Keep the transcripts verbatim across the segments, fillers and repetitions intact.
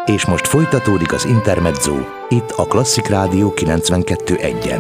És most folytatódik az Intermezzo, itt a Klasszik Rádió kilencvenkettő egyen.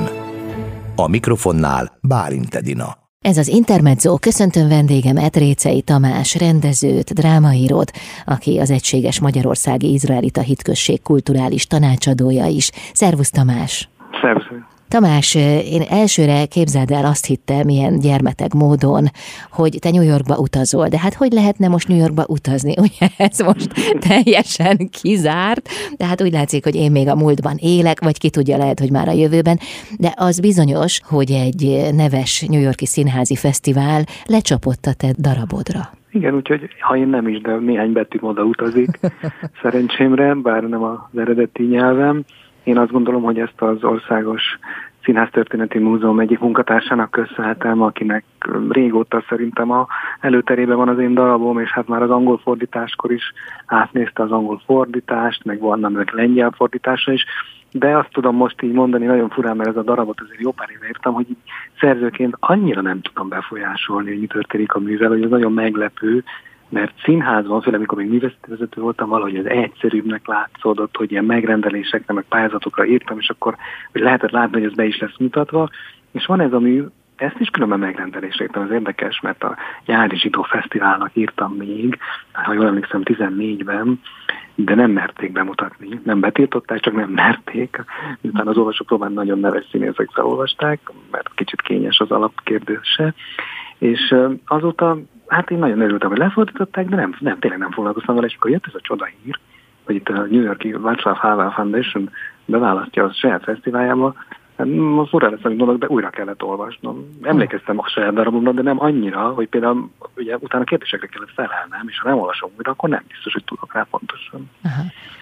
A mikrofonnál Bálint Edina. Ez az Intermezzo, köszöntöm vendégemet, Réczei Tamás, rendezőt, drámaírót, aki az Egységes Magyarországi Izraelita Hitközség kulturális tanácsadója is. Szervusz, Tamás! Szervusz! Tamás, én elsőre, képzeld el, azt hittem ilyen gyermeteg módon, hogy te New Yorkba utazol, de hát hogy lehetne most New Yorkba utazni? Ugye ez most teljesen kizárt, de hát úgy látszik, hogy én még a múltban élek, vagy ki tudja, lehet, hogy már a jövőben, de az bizonyos, hogy egy neves New York-i színházi fesztivál lecsapott a te darabodra. Igen, úgyhogy ha én nem is, de néhány betűm oda utazik, szerencsémre, bár nem az eredeti nyelvem. Én azt gondolom, hogy ezt az Országos Színháztörténeti Múzeum egyik munkatársának köszönhetem, akinek régóta szerintem a előterében van az én darabom, és hát már az angol fordításkor is átnézte az angol fordítást, meg van meg lengyel fordítása is, de azt tudom most így mondani nagyon furán, mert ez a darabot azért jó pár éve írtam, hogy így szerzőként annyira nem tudom befolyásolni, hogy mi történik a művel, hogy ez nagyon meglepő, mert színházban, főleg amikor még művészetvezető voltam, valahogy ez egyszerűbbnek látszódott, hogy ilyen megrendelésekre, meg pályázatokra írtam, és akkor hogy lehetett látni, hogy ez be is lesz mutatva. És van ez a mű, ezt is különben megrendelésre írtam, ez érdekes, mert a Nyári Zsidó Fesztiválnak írtam még, ha jól emlékszem, tizennégyben, de nem merték bemutatni, nem betiltották, csak nem merték. Miután az olvasópróbán nagyon neves színészek felolvasták, mert kicsit kényes az alapkérdése. És azóta, hát én nagyon örültem, hogy lefordították, de nem, nem tényleg nem foglalkoztam vele, és akkor jött ez a csoda hír, hogy itt a New York-i Václav Havel Foundation beválasztja a saját fesztiváljába. Ma furán lesz, amit mondok, de újra kellett olvasnom. Emlékeztem a saját darabomra, de nem annyira, hogy például ugye, utána kérdésekre kellett felelnem, és ha nem olvasom újra, akkor nem biztos, hogy tudok rá pontosan. Aha.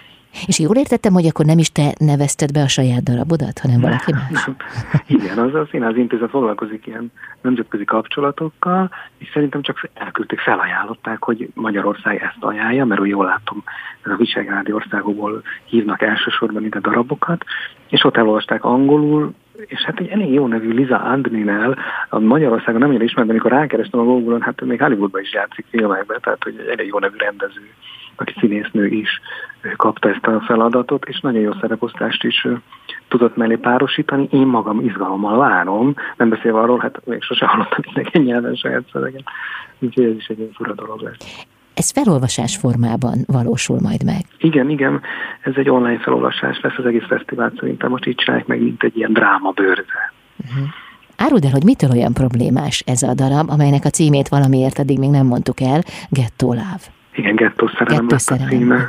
És jól értettem, hogy akkor nem is te nevezted be a saját darabodat, hanem nem, valaki más? Nem. Igen, az a Színházi Intézet foglalkozik ilyen nemzetközi kapcsolatokkal, és szerintem csak elküldték, felajánlották, hogy Magyarország ezt ajánlja, mert úgy jól látom, ez a visegrádi országokból hívnak elsősorban ide darabokat, és ott elolvasták angolul, és hát egy elég jó nevű Liza Andrinel, a Magyarországon nem annyira ismert, de amikor rákerestem a Google-on, hát még Hollywoodban is játszik filmekben, tehát hogy egy elég jó nevű rendező, aki színésznő is kapta ezt a feladatot, és nagyon jó szereposztást is tudott mellé párosítani. Én magam izgalommal várom, nem beszélve arról, hát még sosem hallottam idegen nyelven saját szövegen, úgyhogy ez is egy fura dolog lesz. Ez felolvasás formában valósul majd meg? Igen, igen, ez egy online felolvasás lesz, az egész fesztivál szerintem most így csinálják meg, mint egy ilyen drámabőrze. Uh-huh. Áruld el, hogy mitől olyan problémás ez a darab, amelynek a címét valamiért eddig még nem mondtuk el, Gettó Love. Igen, Gettó szerelem lett a címe.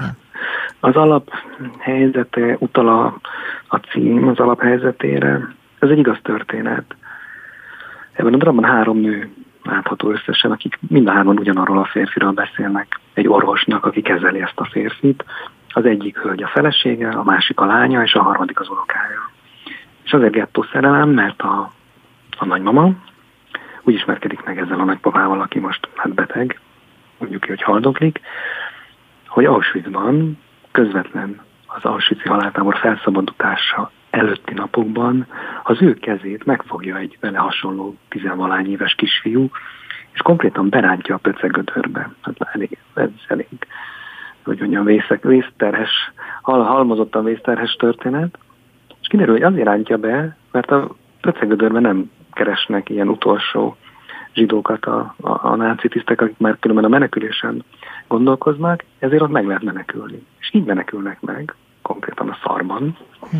Az alaphelyzete utal a, a cím az alaphelyzetére. Ez egy igaz történet. Ebben a darabban három nő látható összesen, akik mind a hárman ugyanarról a férfiról beszélnek. Egy orvosnak, aki kezeli ezt a férfit. Az egyik hölgy a felesége, a másik a lánya, és a harmadik az unokája. És azért gettó szerelem, mert a, a nagymama úgy ismerkedik meg ezzel a nagypapával, aki most hát beteg, mondjuk ki, hogy haldoklik, hogy Auschwitzban közvetlen az Auschwitz-i haláltábor felszabadítása előtti napokban az ő kezét megfogja egy vele hasonló tizenvalány éves kisfiú, és konkrétan berántja a pöcegödörbe. Hát elég, ez elég, hogy mondjam, vészek, vészterhes, hal, halmozottan vészterhes történet, és kiderül, hogy azért rántja be, mert a pöcegödörben nem keresnek ilyen utolsó zsidókat a, a, a náci tisztek, akik már különben a menekülésen gondolkoznak, ezért ott meg lehet menekülni. És így menekülnek meg, konkrétan a szarban. Hm.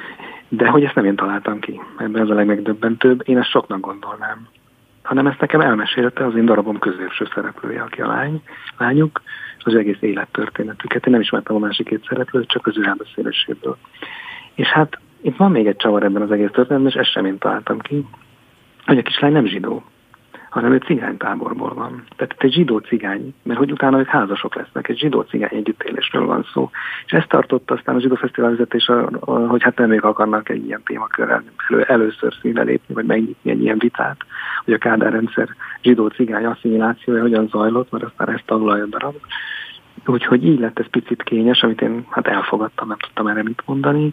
De hogy ezt nem én találtam ki, ebben ez a legmegdöbbentőbb, én ezt soknak gondolnám. Hanem ezt nekem elmesélte az én darabom középső szereplője, aki a lány, lányuk, az egész élettörténetüket. Én nem ismertem a másik két szereplőt, csak az ő elbeszéléséből. És hát itt van még egy csavar ebben az egész történetben, és ezt sem én találtam ki, hogy a kislány nem zsidó, hanem egy cigánytáborból van. Tehát itt egy zsidó-cigány, mert hogy utána ők házasok lesznek, egy zsidó-cigány együttélésről van szó. És ezt tartott aztán a Zsidó Fesztivál vezetés, hogy hát nem ők akarnak egy ilyen témakörrel elő, először színre lépni, vagy megnyitni egy ilyen vitát, hogy a Kádár rendszer zsidó-cigány asszimilációja hogyan zajlott, mert aztán ezt tanulja a darab. Úgyhogy így lett ez picit kényes, amit én hát elfogadtam, nem tudtam erre mit mondani.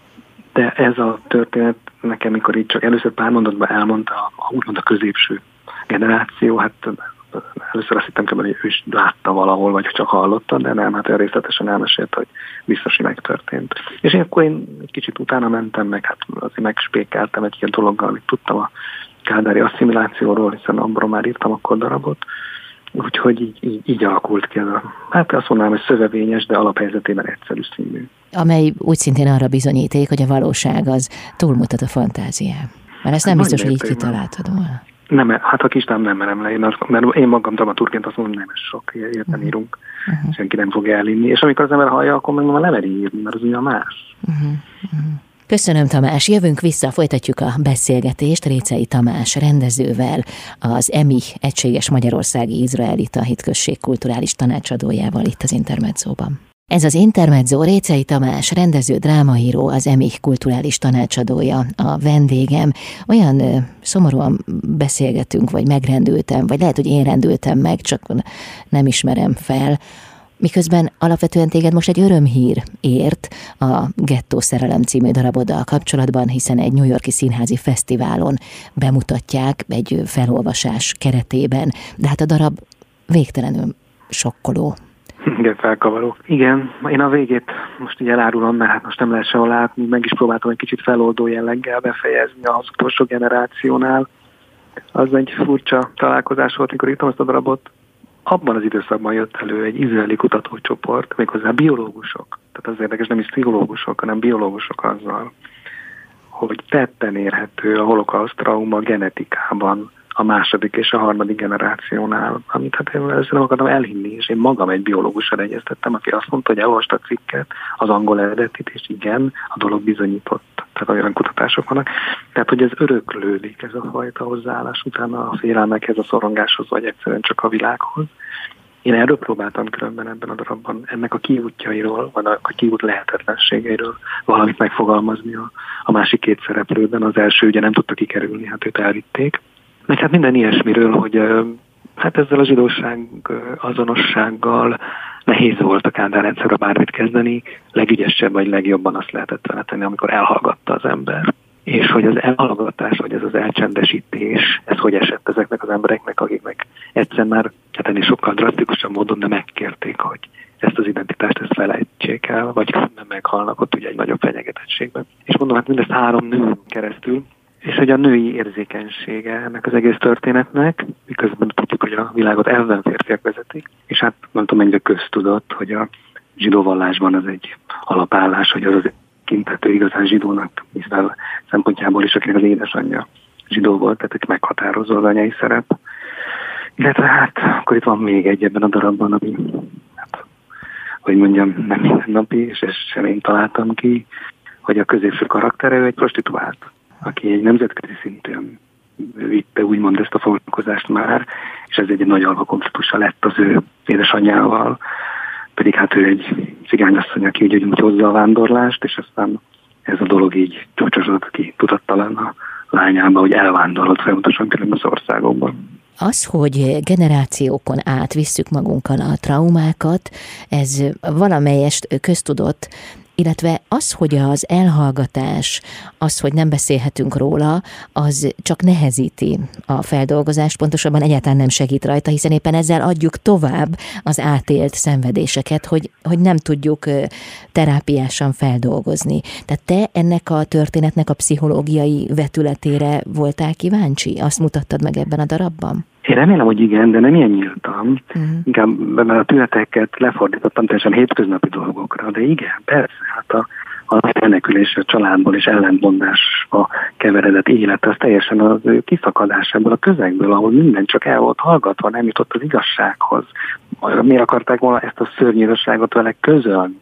De ez a történet nekem, mikor így csak először pár mondatban elmondta, úgymond a középső generáció, hát először azt hittem, hogy ő is látta valahol, vagy csak hallotta, de nem, hát olyan részletesen elmesélt, hogy biztos, hogy megtörtént. És én akkor én egy kicsit utána mentem, meg hát azért megspékeltem egy ilyen dologgal, amit tudtam a kádári asszimilációról, hiszen abban már írtam akkor darabot. Úgyhogy így, így, így alakult ki ez a, hát azt mondanám, hogy szövevényes, de alaphelyzetében egyszerű színű. Amely úgy szintén arra bizonyíték, hogy a valóság az túlmutat a fantázián. Mert ezt nem hát biztos, hogy így kitaláltad volna. Nem, hát a kistám nem merem le, én azt, mert én magam dramaturgként azt mondom, nem ez sok, ilyet nem írunk, uh-huh. senki nem fog elinni. És amikor az ember hallja, akkor meg már lemeri írni, mert az ugyan más. Uh-huh. Uh-huh. Köszönöm, Tamás. Jövünk vissza, folytatjuk a beszélgetést Récei Tamás rendezővel, az E M I Egységes Magyarországi Izraelita Hitközség kulturális tanácsadójával itt az Intermedzóban. Ez az Intermedzó, Récei Tamás, rendező, drámaíró, az E M I kulturális tanácsadója, a vendégem. Olyan ö, szomorúan beszélgetünk, vagy megrendültem, vagy lehet, hogy én rendültem meg, csak nem ismerem fel, miközben alapvetően téged most egy örömhír ért a Gettó szerelem című daraboddal kapcsolatban, hiszen egy New York-i színházi fesztiválon bemutatják egy felolvasás keretében, de hát a darab végtelenül sokkoló. Igen, felkavaró. Igen, én a végét most így elárulom, mert hát most nem lehet sehol látni, meg is próbáltam egy kicsit feloldó jelleggel befejezni az utolsó generációnál. Az egy furcsa találkozás volt, mikor írtam ezt a darabot. Abban az időszakban jött elő egy izraeli kutatócsoport, méghozzá biológusok, tehát az érdekes, nem is pszichológusok, hanem biológusok azzal, hogy tetten érhető a holokauszt trauma genetikában a második és a harmadik generációnál, amit hát én először nem akartam elhinni, és én magam egy biológussal egyeztettem, aki azt mondta, hogy elolvasta a cikket, az angol eredetit, és igen, a dolog bizonyított. Tehát olyan kutatások vannak. Tehát, hogy ez öröklődik, ez a fajta hozzáállás utána a félelmekhez, a szorongáshoz, vagy egyszerűen csak a világhoz. Én erről próbáltam különben ebben a darabban, ennek a kiútjairól, vagy a kiút lehetetlenségeiről valamit megfogalmazni a, a másik két szereplőben. Az első ugye nem tudta kikerülni, hát őt elvitték. Meg hát minden ilyesmiről, hogy hát ezzel a zsidóság azonossággal nehéz volt a Kádár rendszerre bármit kezdeni, legügyesebb vagy legjobban azt lehetett vele tenni, amikor elhallgatta az ember. És hogy az elhallgatás, vagy ez az elcsendesítés, ez hogy esett ezeknek az embereknek, akiknek egyszer már hát ennél sokkal drasztikusabb módon nem megkérték, hogy ezt az identitást ezt felejtsék el, vagy nem meghalnak ott ugye egy nagyobb fenyegetettségben. És mondom, hát mindezt három nő keresztül, és hogy a női érzékenysége ennek az egész történetnek, miközben tudjuk, hogy a világot elven férfiak vezetik, és hát nem tudom, mennyire köztudott, hogy a zsidó vallásban az egy alapállás, hogy az az kintető igazán zsidónak, Izrael szempontjából is, akinek az édesanyja zsidó volt, tehát egy meghatározó az anyai szerep. Illetve hát akkor itt van még egy ebben a darabban, ami, hát, hogy mondjam, nem mindennapi, és ezt sem én találtam ki, hogy a középső karaktere ő egy prostituált, aki egy nemzetközi szinten vitte úgymond ezt a foglalkozást már, és ez egy nagy alva konfliktusa lett az ő édesanyjával, pedig hát ő egy cigányasszony, aki úgy, úgy hozza a vándorlást, és aztán ez a dolog így csúcsosodott ki tudattalan a lányába, hogy elvándorolt folyamatosan különböző országokban. Az, hogy generációkon át visszük magunkkal a traumákat, ez valamelyest köztudott, illetve az, hogy az elhallgatás, az, hogy nem beszélhetünk róla, az csak nehezíti a feldolgozást, pontosabban egyáltalán nem segít rajta, hiszen éppen ezzel adjuk tovább az átélt szenvedéseket, hogy, hogy nem tudjuk terápiásan feldolgozni. Tehát te ennek a történetnek a pszichológiai vetületére voltál kíváncsi? Azt mutattad meg ebben a darabban? Én remélem, hogy igen, de nem ilyen nyíltam. Uh-huh. Inkább mert a tüneteket lefordítottam teljesen hétköznapi dolgokra, de igen, persze, hát a, a elmenekülés a családból és ellentmondásba keveredett élet, az teljesen az kiszakadás ebből a közegből, ahol minden csak el volt hallgatva, nem jutott az igazsághoz. Miért akarták volna ezt a szörnyű igazságot vele közölni?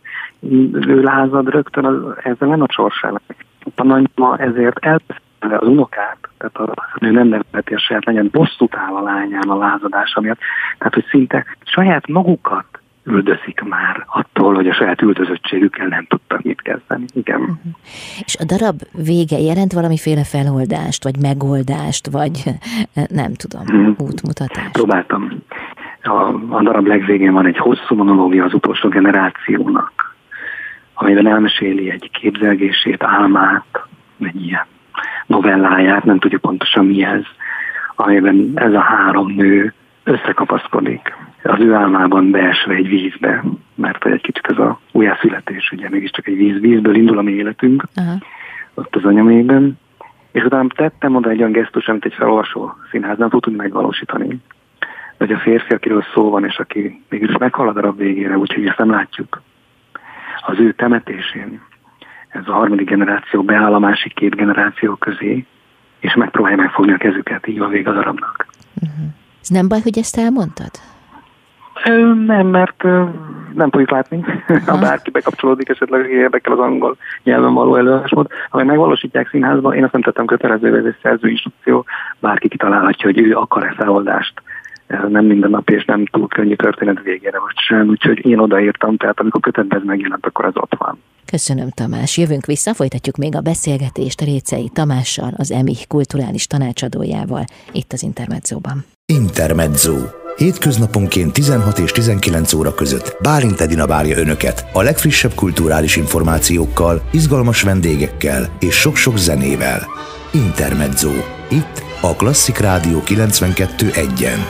Ő lázad rögtön az, ezzel nem a sorsának. A nagyma ezért elvesz az unokát, tehát a nő nem nevelheti a saját lányát, bosszút áll a lányán a lázadása miatt. Tehát, hogy szinte saját magukat üldözik már attól, hogy a saját üldözöttségükkel nem tudtak mit kezdeni. Igen. Uh-huh. És a darab vége jelent valamiféle feloldást, vagy megoldást, vagy nem tudom, uh-huh. útmutatást? Próbáltam. A, a darab legvégén van egy hosszú monológia az utolsó generációnak, amiben elmeséli egy képzelgését, álmát, egy ilyen novelláját, nem tudjuk pontosan mi ez, amiben ez a három nő összekapaszkodik. Az ő álmában beesve egy vízbe, mert egy kicsit ez a újjászületés, ugye mégiscsak egy víz, vízből indul a mi életünk, uh-huh. ott az anyamékben. És utána tettem oda egy olyan gesztus, amit egy felolvasó színház nem tud tudni megvalósítani. De hogy a férfi, akiről szó van, és aki mégis meghal a darab végére, úgyhogy ezt nem látjuk. Az ő temetésén ez a harmadik generáció beáll a másik két generáció közé, és megpróbálja megfogni a kezüket, így van vége a darabnak. Uh-huh. Ez nem baj, hogy ezt elmondtad? Ö, nem, mert ö, nem tudjuk látni. Ha bárki bekapcsolódik, esetleg érdekel az angol nyelven való előadásmód. Ha meg megvalósítják színházba, én azt nem tettem kötelezővé, ez egy szerzőinstrukció, bárki kitalálhatja, hogy ő akar-e feloldást. Ez nem minden nap, és nem túl könnyű történet végére vagy sem. Úgyhogy én odaírtam, tehát amikor kötetben ez megjelent, akkor ez ott van. Köszönöm, Tamás. Jövünk vissza, folytatjuk még a beszélgetést Récei Tamással, az e em i kulturális tanácsadójával, itt az Intermedzóban. Intermezzo. Hétköznaponként tizenhat és tizenkilenc óra között Bálint Edina várja Önöket a legfrissebb kulturális információkkal, izgalmas vendégekkel és sok-sok zenével. Intermezzo. Itt a Klasszik Rádió kilencvenkettő egyen.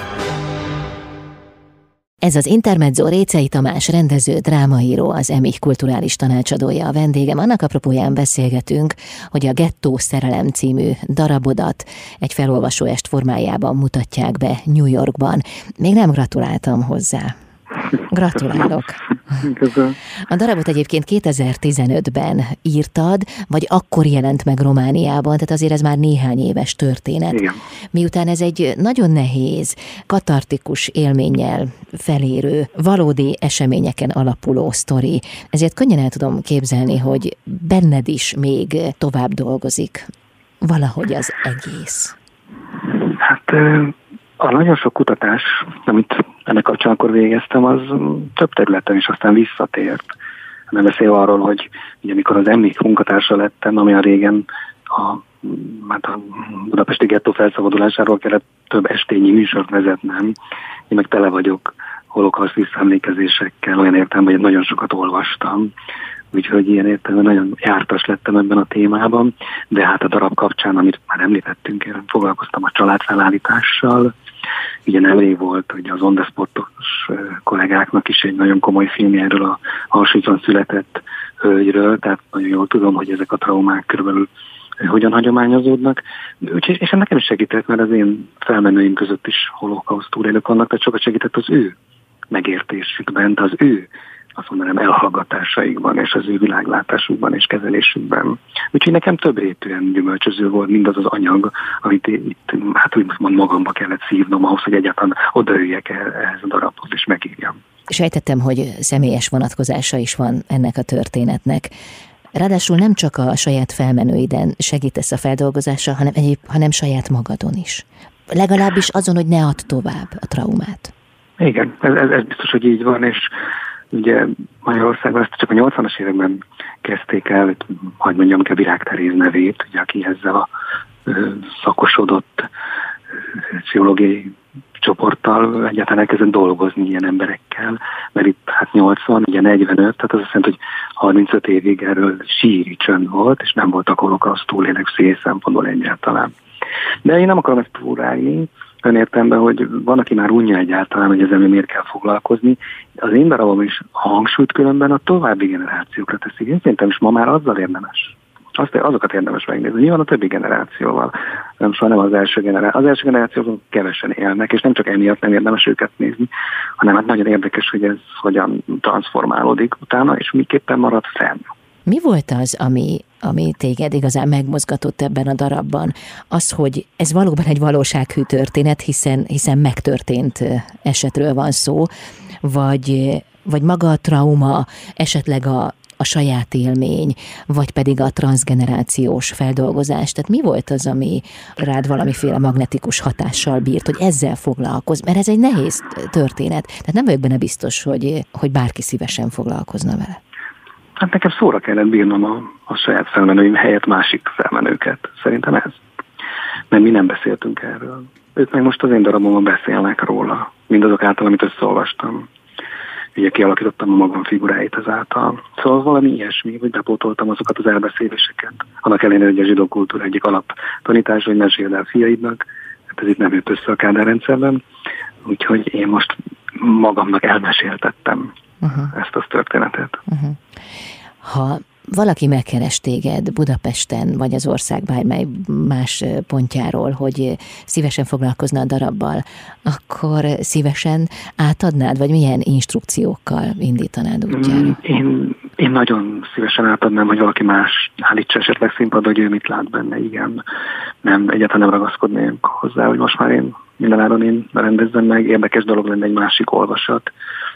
Ez az Intermezzo, Récei Tamás rendező, drámaíró, az e em i kulturális tanácsadója a vendégem. Annak apropóján beszélgetünk, hogy a Gettó szerelem című darabodat egy felolvasóest formájában mutatják be New Yorkban. Még nem gratuláltam hozzá. Gratulálok. Köszönöm. A darabot egyébként kétezer-tizenötben írtad, vagy akkor jelent meg Romániában, tehát azért ez már néhány éves történet. Igen. Miután ez egy nagyon nehéz, katartikus élménnyel felérő, valódi eseményeken alapuló sztori, ezért könnyen el tudom képzelni, hogy benned is még tovább dolgozik valahogy az egész. Hát a nagyon sok kutatás, amit ennek kapcsán akkor végeztem, az több területen is aztán visszatért. Nem beszél arról, hogy ugye, amikor az em i munkatársa lettem, ami a régen a, hát a budapesti gettó felszabadulásáról kellett több estényi műsort vezetnem. Én meg tele vagyok holokauszt visszaemlékezésekkel, olyan értelemben, hogy nagyon sokat olvastam. Úgyhogy ilyen értelemben nagyon jártas lettem ebben a témában, de hát a darab kapcsán, amit már említettünk, én foglalkoztam a családfelállítással. Ugye nemrég volt, hogy az On The Sportos kollégáknak is egy nagyon komoly filmje erről a Auschwitzon született hölgyről, tehát nagyon jól tudom, hogy ezek a traumák körülbelül hogyan hagyományozódnak. Úgyhogy, és nekem is segített, mert az én felmenőim között is holokauszt túlélők vannak, tehát sokat segített az ő megértésükben, az ő azt mondanám elhallgatásaikban, és az ő világlátásukban és kezelésükben. Úgyhogy nekem több rétűen gyümölcsöző volt mindaz az anyag, amit itt, hát úgymond magamba kellett szívnom ahhoz, hogy egyáltalán odaüljek ehhez a darabhoz, és megírjam. Sejtettem, hogy személyes vonatkozása is van ennek a történetnek. Ráadásul nem csak a saját felmenőiden segítesz a feldolgozással, hanem, egyéb, hanem saját magadon is. Legalábbis azon, hogy ne add tovább a traumát. Igen, ez, ez, ez biztos, hogy így van, és ugye Magyarországon ezt csak a nyolcvanas években kezdték el, hogy mondjam ki a Virág Teréz nevét, ugye, aki ezzel a ö, szakosodott ö, pszichológiai csoporttal egyáltalán elkezdett dolgozni ilyen emberekkel, mert itt hát nyolcvan, ugye negyvenöt, tehát az azt jelenti, hogy harmincöt évig erről síri csönd volt, és nem voltak holokauszt túlélők szél szempontból egyáltalán. De én nem akarom ezt túlrágni, olyan értelemben, hogy van, aki már unja egyáltalán, hogy ezzel miért kell foglalkozni. Az én darabom is hangsúlyt különben a további generációkra teszik. Én szerintem is ma már azzal érdemes. Azt, azokat érdemes megnézni. Nyilván a többi generációval. Nem soha nem az első generáció. Az első generációban kevesen élnek, és nem csak emiatt nem érdemes őket nézni, hanem hát nagyon érdekes, hogy ez hogyan transformálódik utána, és miképpen marad fenn. Mi volt az, ami, ami téged igazán megmozgatott ebben a darabban? Az, hogy ez valóban egy valósághű történet, hiszen, hiszen megtörtént esetről van szó, vagy, vagy maga a trauma, esetleg a, a saját élmény, vagy pedig a transzgenerációs feldolgozás. Tehát mi volt az, ami rád valamiféle magnetikus hatással bírt, hogy ezzel foglalkozz? Mert ez egy nehéz történet. Tehát nem vagyok benne biztos, hogy, hogy bárki szívesen foglalkozna vele. Hát nekem szóra kellett bírnom a, a saját felmenőim helyett másik felmenőket. Szerintem ez. Mert mi nem beszéltünk erről. Ők meg most az én darabomban beszélnek róla. Mindazok által, amit összeolvastam. Ugye kialakítottam a magam figuráit ezáltal. Szóval valami ilyesmi, hogy bepótoltam azokat az elbeszéléseket. Annak ellenére, hogy a zsidó kultúra egyik alap tanítás, hogy meséld el fiaidnak. Hát ez itt nem jött össze a Kádár rendszerben. Úgyhogy én most magamnak elmeséltettem uh-huh. ezt a történetet. Uh-huh. Ha valaki megkeres téged Budapesten, vagy az ország bármely más pontjáról, hogy szívesen foglalkozna a darabbal, akkor szívesen átadnád, vagy milyen instrukciókkal indítanád útjára? Én, én nagyon szívesen átadnám, hogy valaki más állítsa esetleg színpadon, hogy ő mit lát benne, igen. Nem, egyáltalán nem ragaszkodnék hozzá, hogy most már én mindenáron én rendezzem meg, érdekes dolog lenne egy másik olvasat,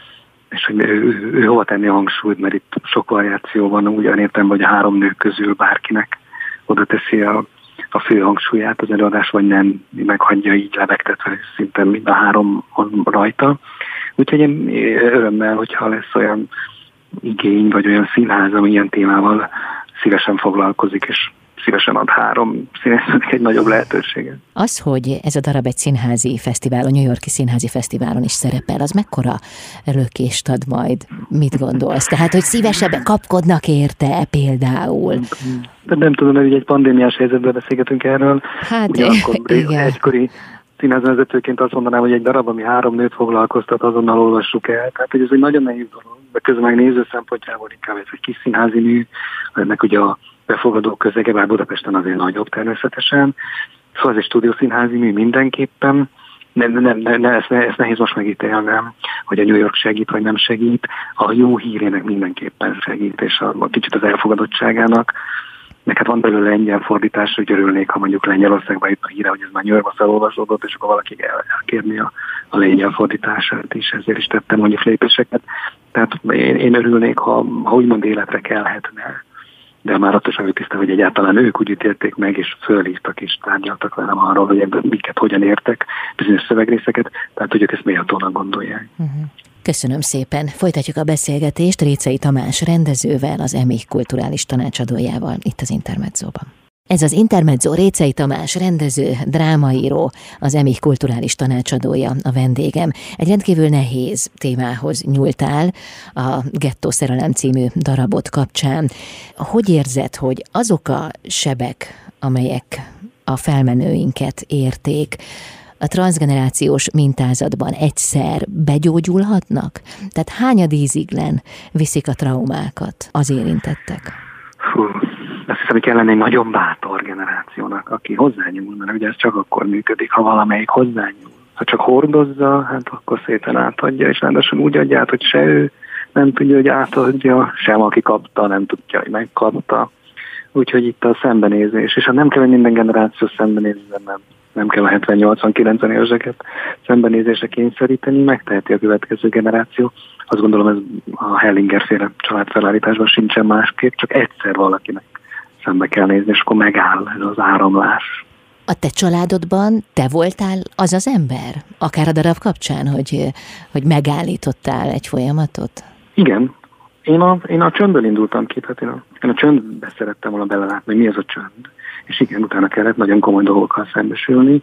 és hogy ő, ő, ő hova tenni a hangsúlyt, mert itt sok variáció van, ugyan értem, hogy a három nő közül bárkinek oda teszi a, a fő hangsúlyát az előadás, vagy nem, meghagyja így lebegtetve szinte mind a három rajta. Úgyhogy én örömmel, hogyha lesz olyan igény, vagy olyan színház, ami ilyen témával szívesen foglalkozik, és szívesen ad három színésznek egy nagyobb lehetőséget. Az, hogy ez a darab egy színházi fesztivál, a New York-i Színházi Fesztiválon is szerepel, az mekkora lökést ad majd? Mit gondolsz? Tehát, hogy szívesebben kapkodnak érte például? De nem tudom, hogy egy pandémiás helyzetben beszélgetünk erről. Hát, ugyanakkor igen. Egykori színházvezetőként azt mondanám, hogy egy darab, ami három nőt foglalkoztat, azonnal olvassuk el. Tehát, hogy ez egy nagyon nehéz dolog, de közben meg néző szempontjából inkább ez egy kis színházi mű, ennek ugye a befogadó közege, bár Budapesten azért nagyobb természetesen. Szóval ez egy stúdiószínházi mű mindenképpen. Nem, nem, nem, nem, ezt, ezt nehéz most megítélnem, hogy a New York segít, vagy nem segít. A jó hírének mindenképpen segít, és a, a kicsit az elfogadottságának. Meg hát van belőle lengyel fordítás, hogy örülnék, ha mondjuk Lengyelországban itt a híre, hogy ez már New Yorkba felolvasódott, és akkor valaki el, elkérni a, a lengyel fordítását is, ezért is tettem mondjuk lépéseket. Tehát én, én örülnék, ha, ha úgymond életre kelhetne. De már attól sem tiszta, hogy egyáltalán ők úgy ítélték meg, és fölhívtak és tárgyaltak velem arról, hogy ebből miket, hogyan értek, bizonyos szövegrészeket, tehát hogy ők ezt méltónak gondolják. Uh-huh. Köszönöm szépen. Folytatjuk a beszélgetést Récei Tamás rendezővel, az EMI kulturális tanácsadójával itt az Intermedzóban. Ez az Intermezzo, Récei Tamás rendező, drámaíró, az EMI kulturális tanácsadója, a vendégem. Egy rendkívül nehéz témához nyúltál a Gettó szerelem című darabot kapcsán. Hogy érzed, hogy azok a sebek, amelyek a felmenőinket érték, a transzgenerációs mintázatban egyszer begyógyulhatnak? Tehát hányad íziglen viszik a traumákat az érintettek? Fú. Azt hiszem, hogy kellene egy nagyon bátor generációnak, aki hozzányúl, mert ugye ez csak akkor működik, ha valamelyik hozzányúl. Ha csak hordozza, hát akkor szépen átadja, és ráadásul úgy adja át, hogy se ő nem tudja, hogy átadja, sem aki kapta, nem tudja, hogy megkapta. Úgyhogy itt a szembenézés, és ha nem kell, hogy minden generáció szembenézzen, nem, nem kell a hetven-nyolcvan-kilencven éveseket szembenézésre kényszeríteni, megteheti a következő generáció. Azt gondolom, ez a Hellinger-féle családfelállításban sincsen másképp, csak egyszer valakinek szembe kell nézni, és akkor megáll ez az áramlás. A te családodban te voltál az az ember? Akár a darab kapcsán, hogy, hogy megállítottál egy folyamatot? Igen. Én a, én a csöndből indultam ki, tehát én a, én a csöndbe szerettem volna belelátni, hogy mi ez a csönd. És igen, utána kellett nagyon komoly dolgokkal szembesülni,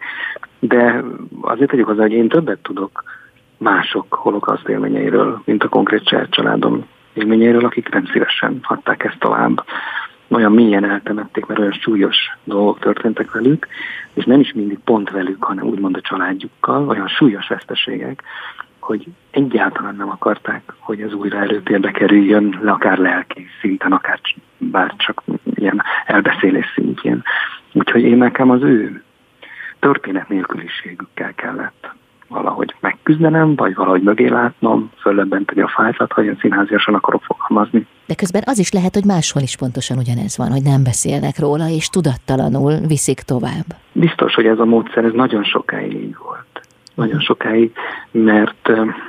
de azért tegyük hozzá, hogy én többet tudok mások holokauszt élményeiről, mint a konkrét saját családom élményeiről, akik nem szívesen adták ezt tovább. Olyan mélyen eltemették, mert olyan súlyos dolgok történtek velük, és nem is mindig pont velük, hanem úgymond a családjukkal, olyan súlyos veszteségek, hogy egyáltalán nem akarták, hogy ez újra előtérbe kerüljön, akár lelki szinten, akár bár csak ilyen elbeszélés szintjén. Úgyhogy én nekem az ő történet nélküliségükkel kellett valahogy megküzdenem, vagy valahogy mögé látnom, föllöbbenteni a fájtlat, ha ilyen színháziasan akarok fogalmazni. De közben az is lehet, hogy máshol is pontosan ugyanez van, hogy nem beszélnek róla, és tudattalanul viszik tovább. Biztos, hogy ez a módszer, ez nagyon sokáig így volt. Nagyon sokáig, mert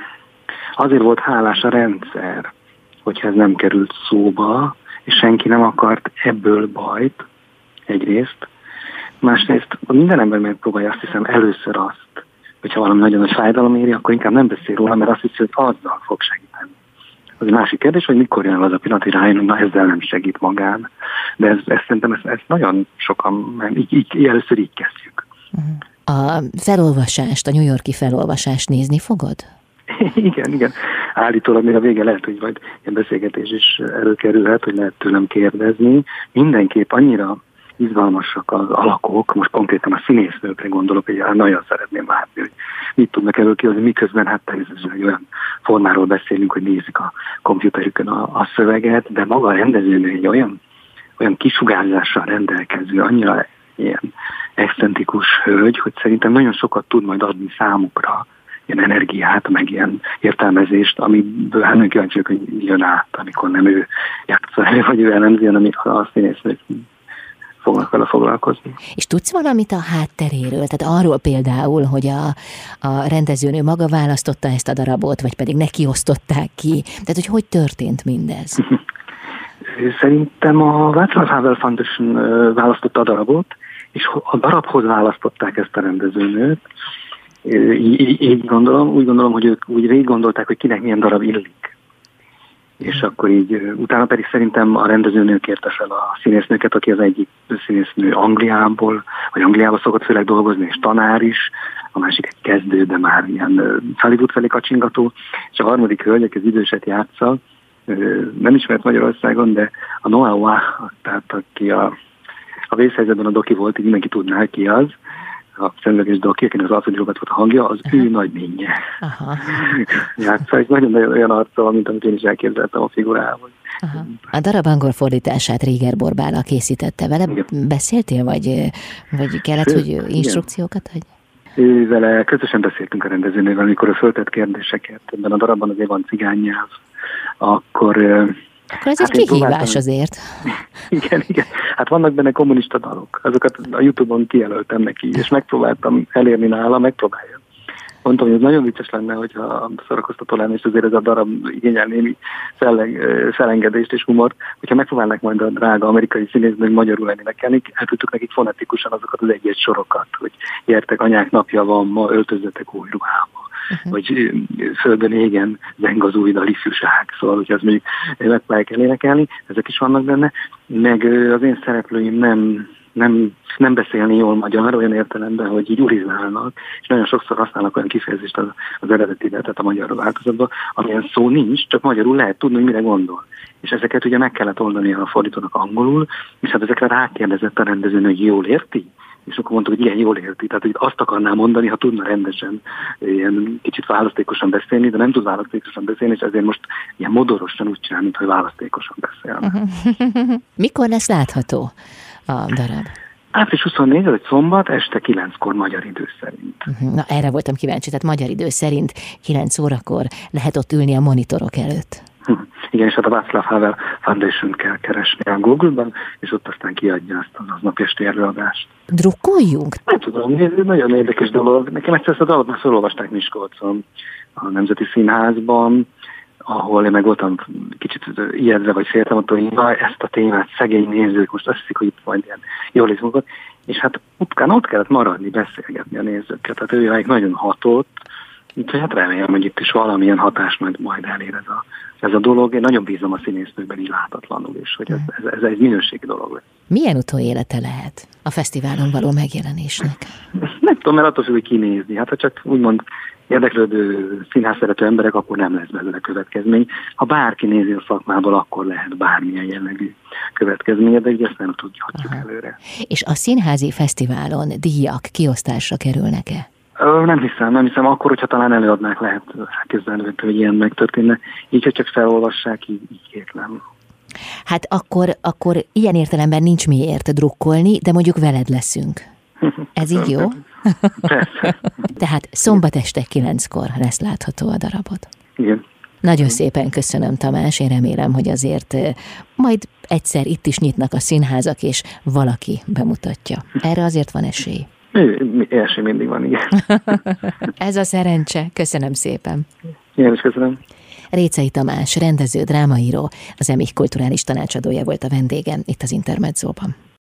azért volt hálás a rendszer, hogyha ez nem került szóba, és senki nem akart ebből bajt, egyrészt. Másrészt minden ember megpróbálja, azt hiszem, először azt, hogyha valami nagyon nagy fájdalom éri, akkor inkább nem beszél róla, mert azt hiszi, hogy azzal fog segíteni. Az egy másik kérdés, hogy mikor jön az a pillanat, hogy rájön, hogy na ezzel nem segít magán. De ez, ez szerintem ezt, ezt nagyon sokan, így, így, először így kezdjük. A felolvasást, a New York-i felolvasást nézni fogod? Igen, igen. Állítólag még a vége lehet, hogy majd ilyen beszélgetés is előkerülhet, hogy lehet tőlem kérdezni. Mindenképp annyira izgalmasak az alakok, most konkrétan a színésznőkre gondolok, hogy nagyon szeretném látni, hogy mit tudnak elő kihozni, miközben hát természetesen olyan formáról beszélünk, hogy nézik a komputerükön a, a szöveget, de maga a rendezőnő egy olyan, olyan kisugárzással rendelkező, annyira ilyen excentrikus hölgy, hogy szerintem nagyon sokat tud majd adni számukra, ilyen energiát, meg ilyen értelmezést, amiből hát nagyon kíváncsi vagyok, hogy jön át, amikor nem ő játsza elő, vagy ő elemzi, hanem a színésznők fognak vele foglalkozni. És tudsz valamit a hátteréről? Tehát arról például, hogy a, a rendezőnő maga választotta ezt a darabot, vagy pedig neki osztották ki? Tehát, hogy hogy történt mindez? Szerintem a Václav Havel Foundation választotta a darabot, és a darabhoz választották ezt a rendezőnőt. Így, így gondolom, úgy gondolom, hogy ők úgy végig gondolták, hogy kinek milyen darab illik. És akkor így, utána pedig szerintem a rendezőnő kérte fel a színésznőket, aki az egyik színésznő Angliából, vagy Angliába szokott főleg dolgozni, és tanár is, a másik egy kezdő, de már ilyen Hollywood felé kacsingató, és a harmadik hölgy, aki az időset játsza, nem ismert Magyarországon, de a Noah Wah, tehát aki a, a vészhelyzetben a doki volt, így mindenki tudná, ki az, a szemüveges doki, akinek az Alfred Robert volt a hangja, az Aha. ő nagyménye. Játsza, és nagyon-nagyon olyan arccal, mint amit én is elképzeltem a figurához. Aha. A darab angol fordítását Réger Borbála készítette. Vele Igen. beszéltél, vagy, vagy kellett, ő, hogy instrukciókat adj? Ő vele közösen beszéltünk a rendezőnővel, amikor ő föltett kérdéseket. Ebben a darabban azért van cigánynyelv. Akkor... Akkor ez hát egy kihívás azért. Igen, igen. Hát vannak benne kommunista dalok. Azokat a YouTube-on kijelöltem neki, és megpróbáltam elérni nála, megpróbálja. Mondtam, hogy ez nagyon vicces lenne, hogyha szórakoztató lenne, és azért ez a darab igényel némi felengedést és humort, hogyha megpróbálnak majd a drága amerikai színésznők magyarul énekelni, hát tudtuk nekik fonetikusan azokat az egyes sorokat, hogy gyertek, anyák napja van, ma öltözzetek új ruhába. Uh-huh. Vagy földön égen zeng az új dal ifjúság, szóval, hogy az még megpróbálják elénekelni, ezek is vannak benne, meg az én szereplőim nem, nem, nem beszélni jól magyar, olyan értelemben, hogy így urizálnak, és nagyon sokszor használnak olyan kifejezést az, az eredetibe, tehát a magyar változatban, amilyen szó nincs, csak magyarul lehet tudni, hogy mire gondol. És ezeket ugye meg kellett oldani a fordítónak angolul, és hát ezekre rákérdezett a rendezőn, hogy jól érti? És akkor mondtuk, hogy igen, jól érti. Tehát, hogy azt akarná mondani, ha tudna rendesen, ilyen kicsit választékosan beszélni, de nem tud választékosan beszélni, és ezért most ilyen modorosan úgy csinál, mintha választékosan beszélne. Mikor lesz látható a darab? április huszonnégyedike, vagy szombat, este kilenckor magyar idő szerint. Na, erre voltam kíváncsi, tehát magyar idő szerint kilenc órakor lehet ott ülni a monitorok előtt. Igen, és hát a Václav Havel Foundation-t kell keresni a Google-ban, és ott aztán kiadja azt az aznapi esti előadást. Drukkoljunk? Nem tudom, ez egy nagyon érdekes dolog. Nekem egyszer ezt a dolgot már felolvasták Miskolcon a Nemzeti Színházban, ahol én meg voltam kicsit ijedve, vagy féltem attól, hogy na, ezt a témát szegény nézők most azt hiszik, hogy itt majd ilyen jól izmogat, és hát utkán ott kellett maradni, beszélgetni a nézőkkel. Tehát ő nagyon hatott, úgyhogy hát remélem, hogy itt is valamilyen hatás majd, majd elér ez a, ez a dolog. Én nagyon bízom a színésznőkben így látatlanul, és hogy ez, ez, ez egy minőségi dolog lesz. Milyen utóélete lehet a fesztiválon való megjelenésnek? Nem tudom, mert attól függ, hogy kinézni. Hát ha csak úgymond érdeklődő színházszerető emberek, akkor nem lesz belőle következmény. Ha bárki nézi a szakmából, akkor lehet bármilyen jellegű következménye, de így ezt nem tudjuk előre. És a színházi fesztiválon díjak kiosztásra kerülnek-e? Nem hiszem, nem hiszem. Akkor, hogyha talán előadnák, lehet elképzelni, hogy ilyen megtörténne. Így, hogy csak felolvassák, így, így kétlem. Hát akkor, akkor ilyen értelemben nincs miért drukkolni, de mondjuk veled leszünk. Ez így jó? Persze. Tehát szombat este kilenckor lesz látható a darabot. Igen. Nagyon szépen köszönöm, Tamás, én remélem, hogy azért majd egyszer itt is nyitnak a színházak, és valaki bemutatja. Erre azért van esély. Esély mindig van, igen. Ez a szerencse. Köszönöm szépen. Én is köszönöm. Récei Tamás, rendező, drámaíró, az Emich kulturális tanácsadója volt a vendégem itt az Intermedzóban.